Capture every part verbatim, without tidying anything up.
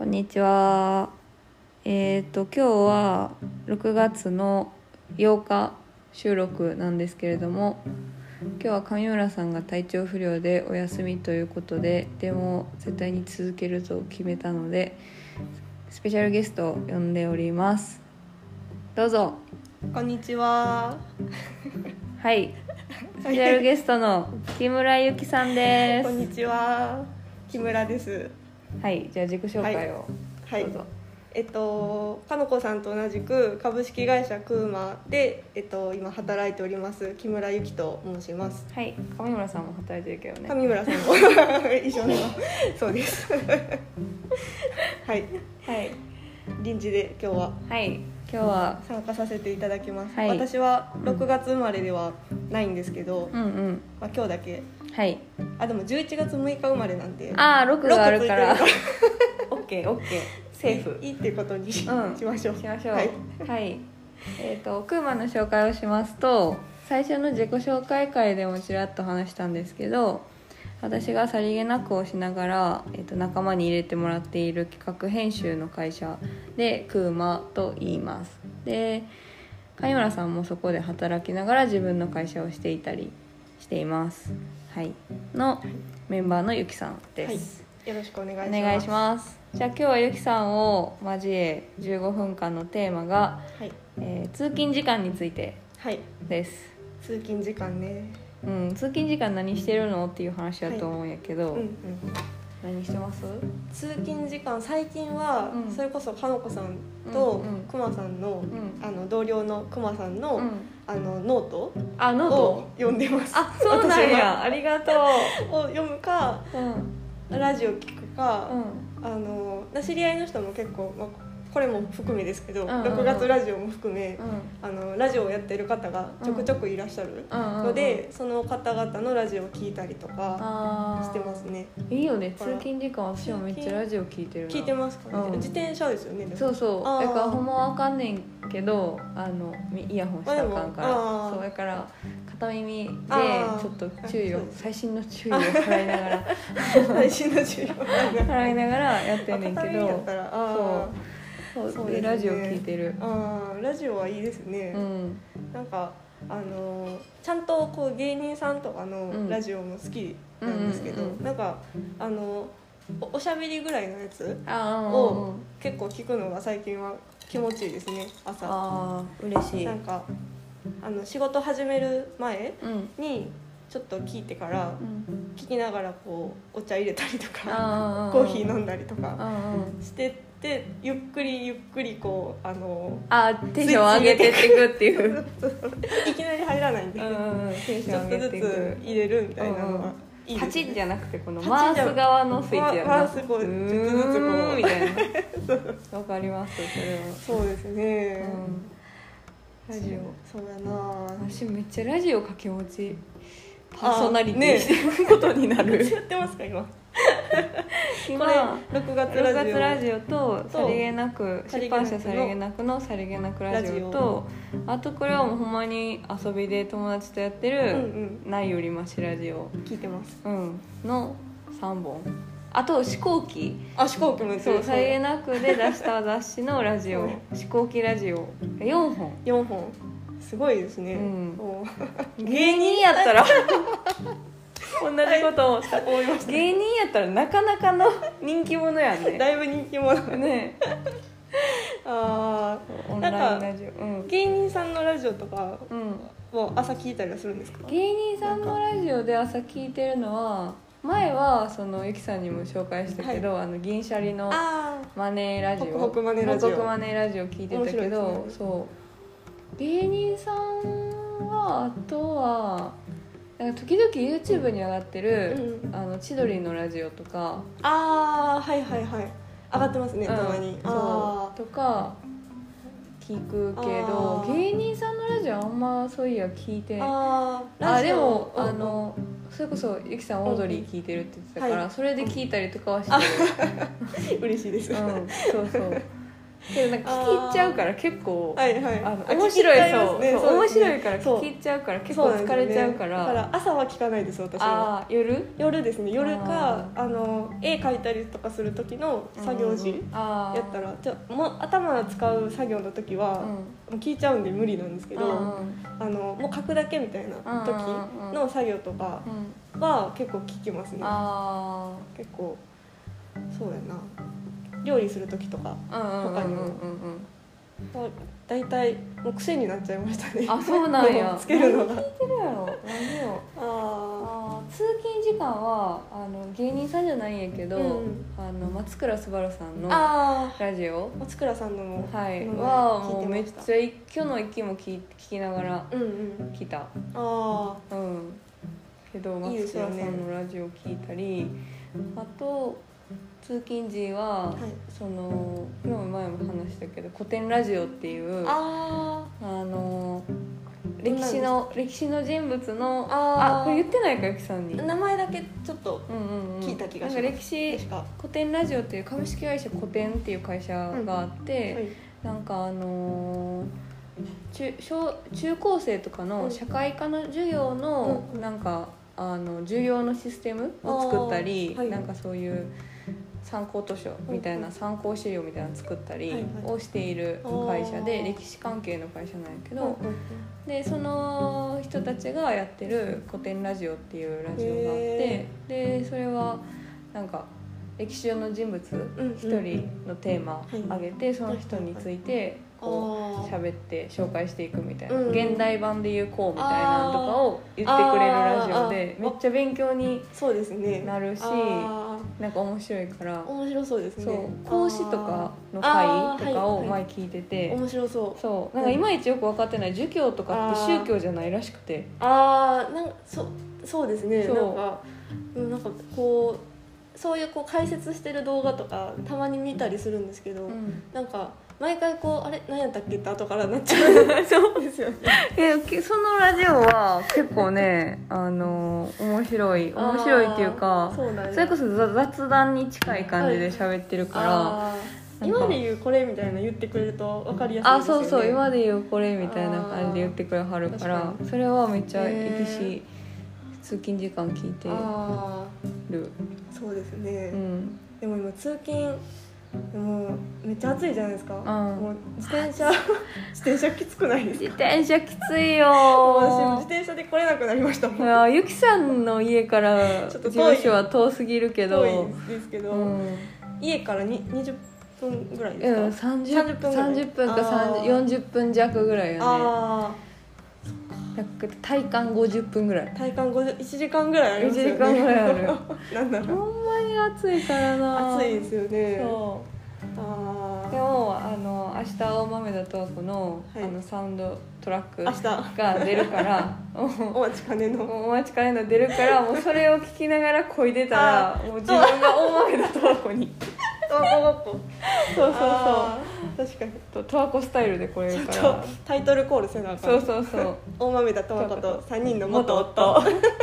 こんにちは。えっ、と今日はろくがつのようか収録なんですけれども、今日は上村さんが体調不良でお休みということで、でも絶対に続けると決めたのでスペシャルゲストを呼んでおります。どうぞ。 こんにちは。 はい、スペシャルゲストの木村ゆきさんです。 こんにちは、木村です。 はい、じゃあ自己紹介をはい、 どうぞ。 はい、えっとかのこさんと同じく株式会社クーマで、えっと、今働いております木村ゆきと申します。 はい、上村さんも働いてるけどね。 上村さんも一緒のそうですはいはい臨時で今日ははい今日は参加させていただきます、 はい、 私はろくがつ生まれではないんですけど、 うんうんまあ、今日だけ、 はい、 あでもじゅういちがつむいか生まれなんで、 ああろくがあるからろくついてるオッケーオッケーセーフいいっていうことにし,、 うん、 しましょうしましょう。 はい、 はい、えっ、ー、とクーマの紹介をしますと、最初の自己紹介会でもちらっと話したんですけど、私がさりげなくをしながら、えー、と仲間に入れてもらっている企画編集の会社でクーマと言います。で上村さんもそこで働きながら自分の会社をしていたりしています、はい、のメンバーのゆきさんです、 はい、よろしくお願いします。 お願いします。じゃあ今日はゆきさんを交えじゅうごふんかんのテーマが、はいえー、通勤時間についてです、 はい、通勤時間ね、 うん、通勤時間何してるのっていう話だと思うんやけど、はいうんうん、何してます？ 通勤時間最近は、うん、それこそかのこさんとくまさんの、うん、あの同僚のくまさんの、うん、あのノートあノートを読んでます。 あそうなんやありがとうを読むか、うん、ラジオ聞くか、うん、あの知り合いの人も結構、まあこれも含めですけど、うんうんうん、ろくがつラジオも含め、うん、あのラジオをやってる方がちょくちょくいらっしゃるので、うんうんうん、その方々のラジオを聞いたりとかしてますね。 いいよね、通勤時間私もめっちゃラジオ聞いてるな。 聞いてますかね、うん、自転車ですよね。 そうそうだからほんまわかんねんけどあのイヤホンしたらあかんからそうだから片耳でちょっと注意を細心の注意を払いながら細心の注意を払いながらやってんねんけどそうそうそうで、ね、ラジオ聞いてる。 あラジオはいいですね、うん、なんかあのちゃんとこう芸人さんとかのラジオも好きなんですけど、うんうんうん、なんかあの お, おしゃべりぐらいのやつを結構聞くのが最近は気持ちいいですね。朝あ嬉しい。 なんかあの仕事始める前にちょっと聞いてから、うん、聞きながらこうお茶入れたりとかコーヒー飲んだりとかしてでゆっくりゆっくりこうあのあテンション上げてっていくっていういきなり入らないんで、うんうん、テンション上げていくちょっとずつ入れるみたいなのがいいですね。 パチンじゃなくてこの回す側のスイッチやな。 回すこうちょっとずつこうみたいなわかりますそれは。 そうですね、 うん、ラジオそうやな。 私めっちゃラジオ掛け持ちパーソナリティしてることになる。 やってますか今今これろくがつラジオ、 ろくがつラジオとさりげなく出版社さりげなくのさりげなくラジオとあとこれはもうほんまに遊びで友達とやってる、うんうん、ないよりましラジオ聞いてます、 うん、のさんぼんあと飛行機あ飛行機もそうさりげなくで出した雑誌のラジオ飛行機ラジオよんほんよんほんすごいですね、うん、 芸人やったら同じことを思いました。芸人やったらなかなかの人気者やんね。 だいぶ人気者ねあオンラインラジオ、 うん、芸人さんのラジオとかも朝聞いたりはするんですか？ 芸人さんのラジオで朝聞いてるのは前はそのゆきさんにも紹介したけど、はい、あの銀シャリのマネーラジオホクホクマネーラジオホクホクマネーラジオ聞いてたけど、ね、そう芸人さんはあとはなんか時々 YouTube に上がってる、うん、あの千鳥のラジオとかああはいはいはい上がってますね、うん、たまにそうとか聞くけど芸人さんのラジオあんまそういや聞いてああでもあのそれこそゆきさんオードリー聞いてるって言ってたから、はい、それで聞いたりとかはしてる嬉しいです、 うん、そうそうけどなんか聞き入っちゃうから結構、 はいはい、 あの面白い、そう、 ね、 そうそう面白いから聞き入っちゃうから結構疲れちゃうから、 だから朝は聞かないです私は。 あ、夜夜ですね。夜かあの絵描いたりとかする時の作業時やったら、じゃもう頭を使う作業の時は、もう聞いちゃうんで無理なんですけど、あのもう書くだけみたいな時の作業とかは結構聞きますね。あ、結構そうやな、料理する時とか他にもだいたいもう癖になっちゃいましたね。 あ、そうなんや。 つけるのが何聞いてるやろ、何を。ああ、通勤時間はあの芸人さんじゃないんやけど、うん、あの松倉昴さんのラジオ、 松倉さんのも、 はい、はもうめっちゃ一挙の息も聞きながら来た。うんうん、ああ、うん。けど松倉さんのラジオ聞いたり、あと通勤時は、はい、その前も話したけど古典ラジオっていうああの歴史の歴史の人物の あ, あこれ言ってないかゆきさんに名前だけちょっと聞いた気がします。 うんうんうん、なんか歴史古典ラジオっていう株式会社古典っていう会社があって、うんはい、なんかあの中小中高生とかの社会科の授業の、うん、なんかあの授業のシステムを作ったり、はい、なんかそういう参考図書みたいな、参考資料みたいなの作ったりをしている会社で、歴史関係の会社なんやけど、でその人たちがやってる古典ラジオっていうラジオがあって、でそれはなんか歴史上の人物一人のテーマあげて、その人についてこう喋って紹介していくみたいな、現代版でいうこうみたいなのとかを言ってくれるラジオで、めっちゃ勉強になるし、なんか面白いから面白そうですね。 そう講師とかの会とかを前聞いてて、 面白そう。 そうなんかいまいちよく分かってない、儒教とかって宗教じゃないらしくて、 ああなんかそそうですね。なんかなんかこうそういうこう解説してる動画とかたまに見たりするんですけど、うん、なんか毎回こうあれ何やったっけって後からなっちゃうそうですよね。 えそのラジオは結構ねあの面白い面白いっていうか、そうなん、ね、それこそ雑談に近い感じで喋ってるから、はい、 今で言うこれみたいな言ってくれると分かりやすいですよね。 あ、そうそう、今で言うこれみたいな感じで言ってくれはるから、それはめっちゃ行くし、通勤時間聞いてる。 そうですね、うん、でも今通勤でもめっちゃ暑いじゃないですか、うん、もう自転車自転車きつくないですか？ 自転車きついよ。 私も自転車で来れなくなりましたもん。いやゆきさんの家から事務所は遠すぎるけど、 遠いですけど、うん、家からににじゅっぷんぐらいですか？うん、 さんじゅっぷんさんじゅっぷんかよんじゅっぷん弱ぐらいよね。あ体感ごじゅっぷんぐらい。 体感ごじゅういちじかんぐらいありますよね。いちじかんぐらいあるなんだろう、ほんまに暑いからな。 暑いですよね。 そうあでもあの明日大豆田十和子の、はい、あのサウンドトラックが出るからお待ちかねのお待ちかねの出るからもうそれを聞きながら漕いでたらもう自分が大豆田十和子に十和子ごっこそうそうそう確かに十和子スタイルで来れるからタイトルコールせなあかん。 そうそうそう大豆田十和子とさんにんの元夫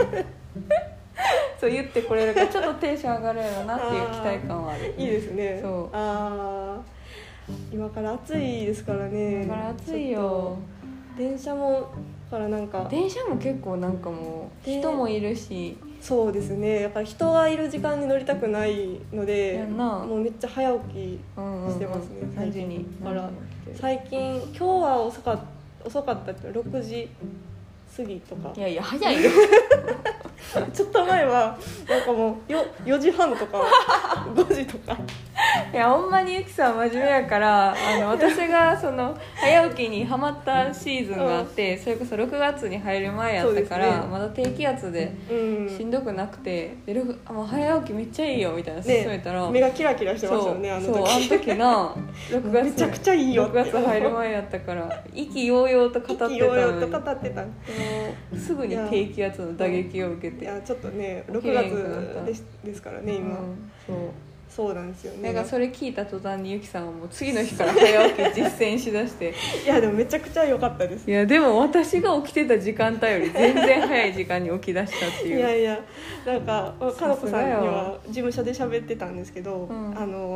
そう言ってこれるからちょっとテンション上がるやろなっていう期待感はある。 いいですね。 そうあ今から暑いですからね。 今から暑いよ。 電車もからなんか電車も結構なんかもう人もいるし、 そうですね、やっぱり人がいる時間に乗りたくないのでもうめっちゃ早起きしてますね、うんうん、最近にから最近今日は遅かった遅かったってろくじ過ぎとか。 いやいや早いよちょっと前はなんかもう よ, よじはんとかごじとかいやほんまにゆきさん真面目やからあの私がその早起きにハマったシーズンがあって、うん、それこそろくがつに入る前やったから、ね、まだ低気圧でしんどくなくて、うん、でもう早起きめっちゃいいよみたいな勧めたら、 ね、目がキラキラしてましたよね。あの時そうあの時なろくがつめちゃくちゃいいよってろくがつ入る前やったから意気揚々と語ってたのに意気揚々 と語ってたすぐに低気圧の打撃を受けていやちょっとねろくがつ で, ですからね今、うん、そうそうなんですよね。 だからそれ聞いた途端にゆきさんはもう次の日から早起き実践しだしていやでもめちゃくちゃ良かったです。 いやでも私が起きてた時間帯より全然早い時間に起き出したっていういやいやなんかかのこさんには事務所で喋ってたんですけど、うん、あの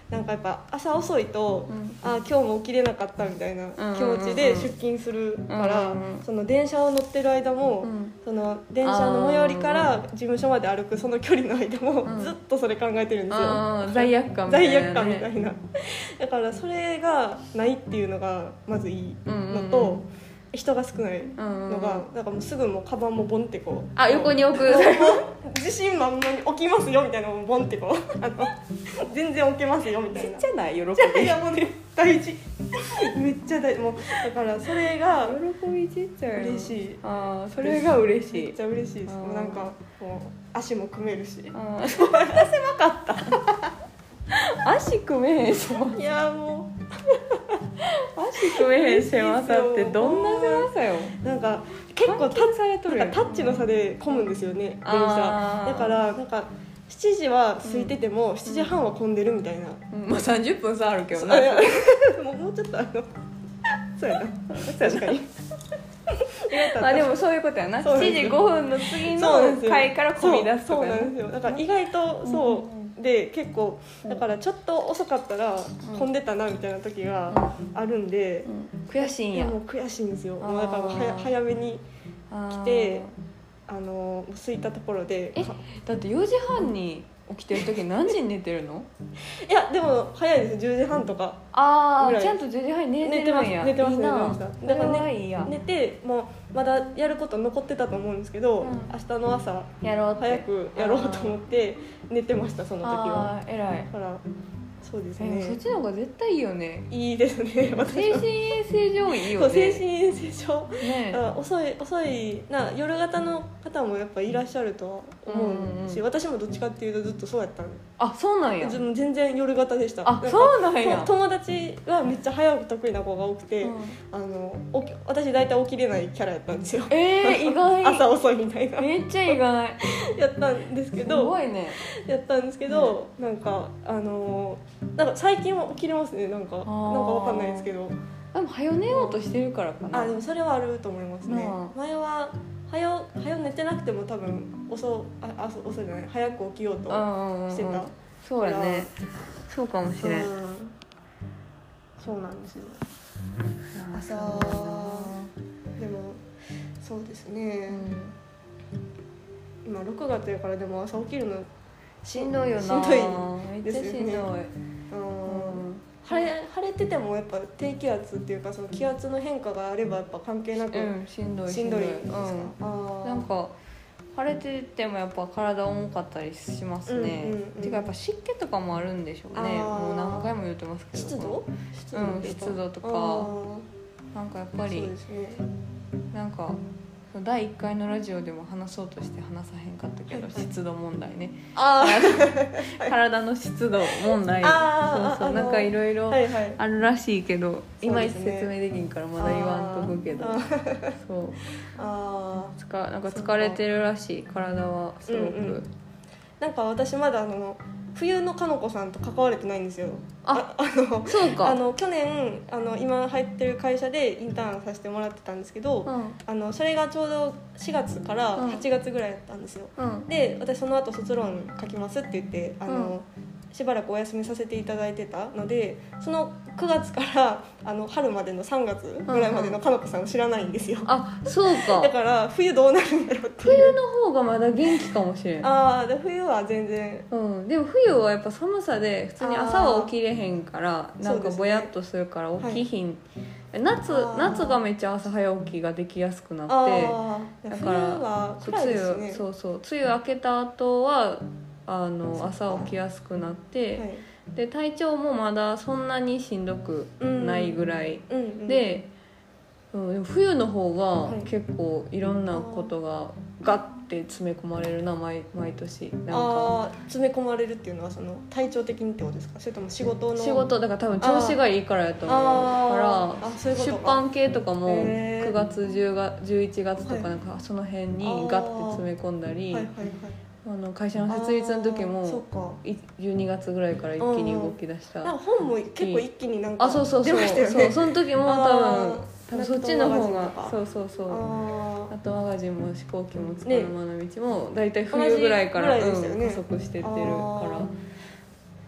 なんかやっぱ朝遅いと、うん、あ今日も起きれなかったみたいな気持ちで出勤するから、うんうんうん、その電車を乗ってる間も、うん、その電車の最寄りから事務所まで歩くその距離の間も、うん、ずっとそれ考えてるんですよ。 罪悪感みたいな、ね、 罪悪感みたいなだからそれがないっていうのがまずいいのと、うんうんうん、人が少ないのが、だからもうすぐもうカバンもボンってこう、 あ横に置く自信満々に置きますよみたいなのもボンってこうあの全然置けますよみたいな。 ちっちゃない喜び。 いやもうね大事めっちゃ大事。もうだからそれが喜びちっちゃい嬉しい。 あそれが嬉しい。 めっちゃ嬉しいです。もうなんかこう足も組めるし。 あそんな狭かった足組めへんしもいやもう足組めへん狭さってどんな狭さよ。 なんか結構タッされとるタッチの差で混むんですよね、電車だからなんかしちじは空いてても、うん、しちじはんは混んでるみたいな、 うん、まあさんじゅっぷん差あるけどなもうもうちょっとあのそうやな確かにあでもそういうことやな。しちじごふんの次の回から混み出すとか、ね、 そうなんですよ。だから意外とそう、うんで結構だからちょっと遅かったら混んでたなみたいな時があるんで、 うんうん、悔しいんや。 もう悔しいんですよ。もうだから早早めに来てあの空いたところで。 えだってよじはんに起きてる時何時に寝てるの？ いやでも早いです。じゅうじはんとかああちゃんとじゅうじはんに寝てるんや。 寝てます寝てます。 だから、ね、いいや寝てもうまだやること残ってたと思うんですけど、うん、明日の朝やろう早くやろうと思って寝てました。その時は。 あ偉い。 だからそうですね。 そっちの方が絶対いいよね。 いいですね。 精神衛生上いいよね。 精神衛生上、 ね、 遅い遅いな夜型の方もやっぱいらっしゃるとは思うし、うんうん、私もどっちかっていうとずっとそうやったんで。 あそうなんや。 全然夜型でした。 あそうなんや。 友達はめっちゃ早く得意な子が多くて、うん、あの私大体起きれないキャラやったんですよ。 えー、意外。 朝遅いみたいな。 めっちゃ意外やったんですけど。 すごいね。 やったんですけど、うん、なんかあのなんか最近は起きれますね。なんかなんかわかんないですけど。 でも早寝ようとしてるからかな。 あでもそれはあると思いますね。前は早早寝てなくても多分遅ああ遅いじゃない早く起きようとしてた。 そうやね。そうかもしれん。 そうなんですよ。朝でもそうですね。うん、今ろくがつやからでも朝起きるのしんどいよな。 しんどいですよね。 めっちゃしんどい。うん。 晴れ晴れててもやっぱ低気圧っていうかその気圧の変化があればやっぱ関係なく、 うん、しんどいしんどいですか。 うん、なんか晴れててもやっぱ体重かったりしますね、うんうんうん、てかやっぱ湿気とかもあるんでしょうね。もう何回も言ってますけど湿度湿度、うん、湿度とかなんかやっぱり、そうですね、なんかだいいっかいのラジオでも話そうとして話さへんかったけど、はいはい、湿度問題ね。あ体の湿度問題。そうそう、なんかいろいろあるらしいけど、いまいち説明できんからまだ言わんとくけど、そうあつかなんか疲れてるらしい体はすごく、うんうん、 なんか私まだあの冬のかのこさんと関われてないんですよ。 あ、あのそうか。 あの去年あの今入ってる会社でインターンさせてもらってたんですけど、うん、あのそれがちょうどしがつからはちがつぐらいだったんですよ、うん、で私その後卒論書きますって言ってあの、うんしばらくお休みさせていただいてたので、そのくがつからあの春までのさんがつぐらいまでのかのこさんを知らないんですよ。 あ、そうか。 だから冬どうなるんだろうっていう。 冬の方がまだ元気かもしれん。 ああ、で冬は全然、 うん、でも冬はやっぱ寒さで普通に朝は起きれへんからなんかぼやっとするから起きひん、はい、夏, 夏がめっちゃ朝早起きができやすくなって、だから梅雨、ね、そうそう梅雨明けた後はあの朝起きやすくなって、はい、で体調もまだそんなにしんどくないぐらい、うんうんうん、で、うん、でも冬の方が結構いろんなことがガッて詰め込まれるな 毎, 毎年なんかあ詰め込まれるっていうのはその体調的にってことですか？それとも仕事の仕事だから多分調子がいいからやと思うからうう出版系とかもくがつじゅうがつじゅういちがつとかなんかその辺にガッて詰め込んだり、はいはいはい、あの会社の設立の時もじゅうにがつぐらいから一気に動き出した。 なんか本も結構一気になんか出ましたよね。そうそうそうそう、その時も多分多分そっちの方がそうそうそう、あとマガジンも飛行機もつかの間の道もだいたい冬ぐらいから、ねうん、加速してってるから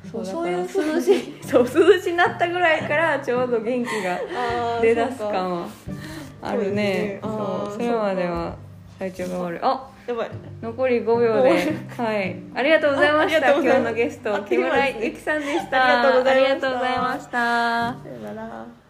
そうそういうだから涼しいそう涼しなったぐらいからちょうど元気が出だす感はあるね。そう、それまでは体調が悪い。あ、 やばい、 残りごびょうで、はい、ありがとうございました。今日のゲスト木村ゆきさんでした。 ありがとうございました。 ありがとうございました。 さよなら。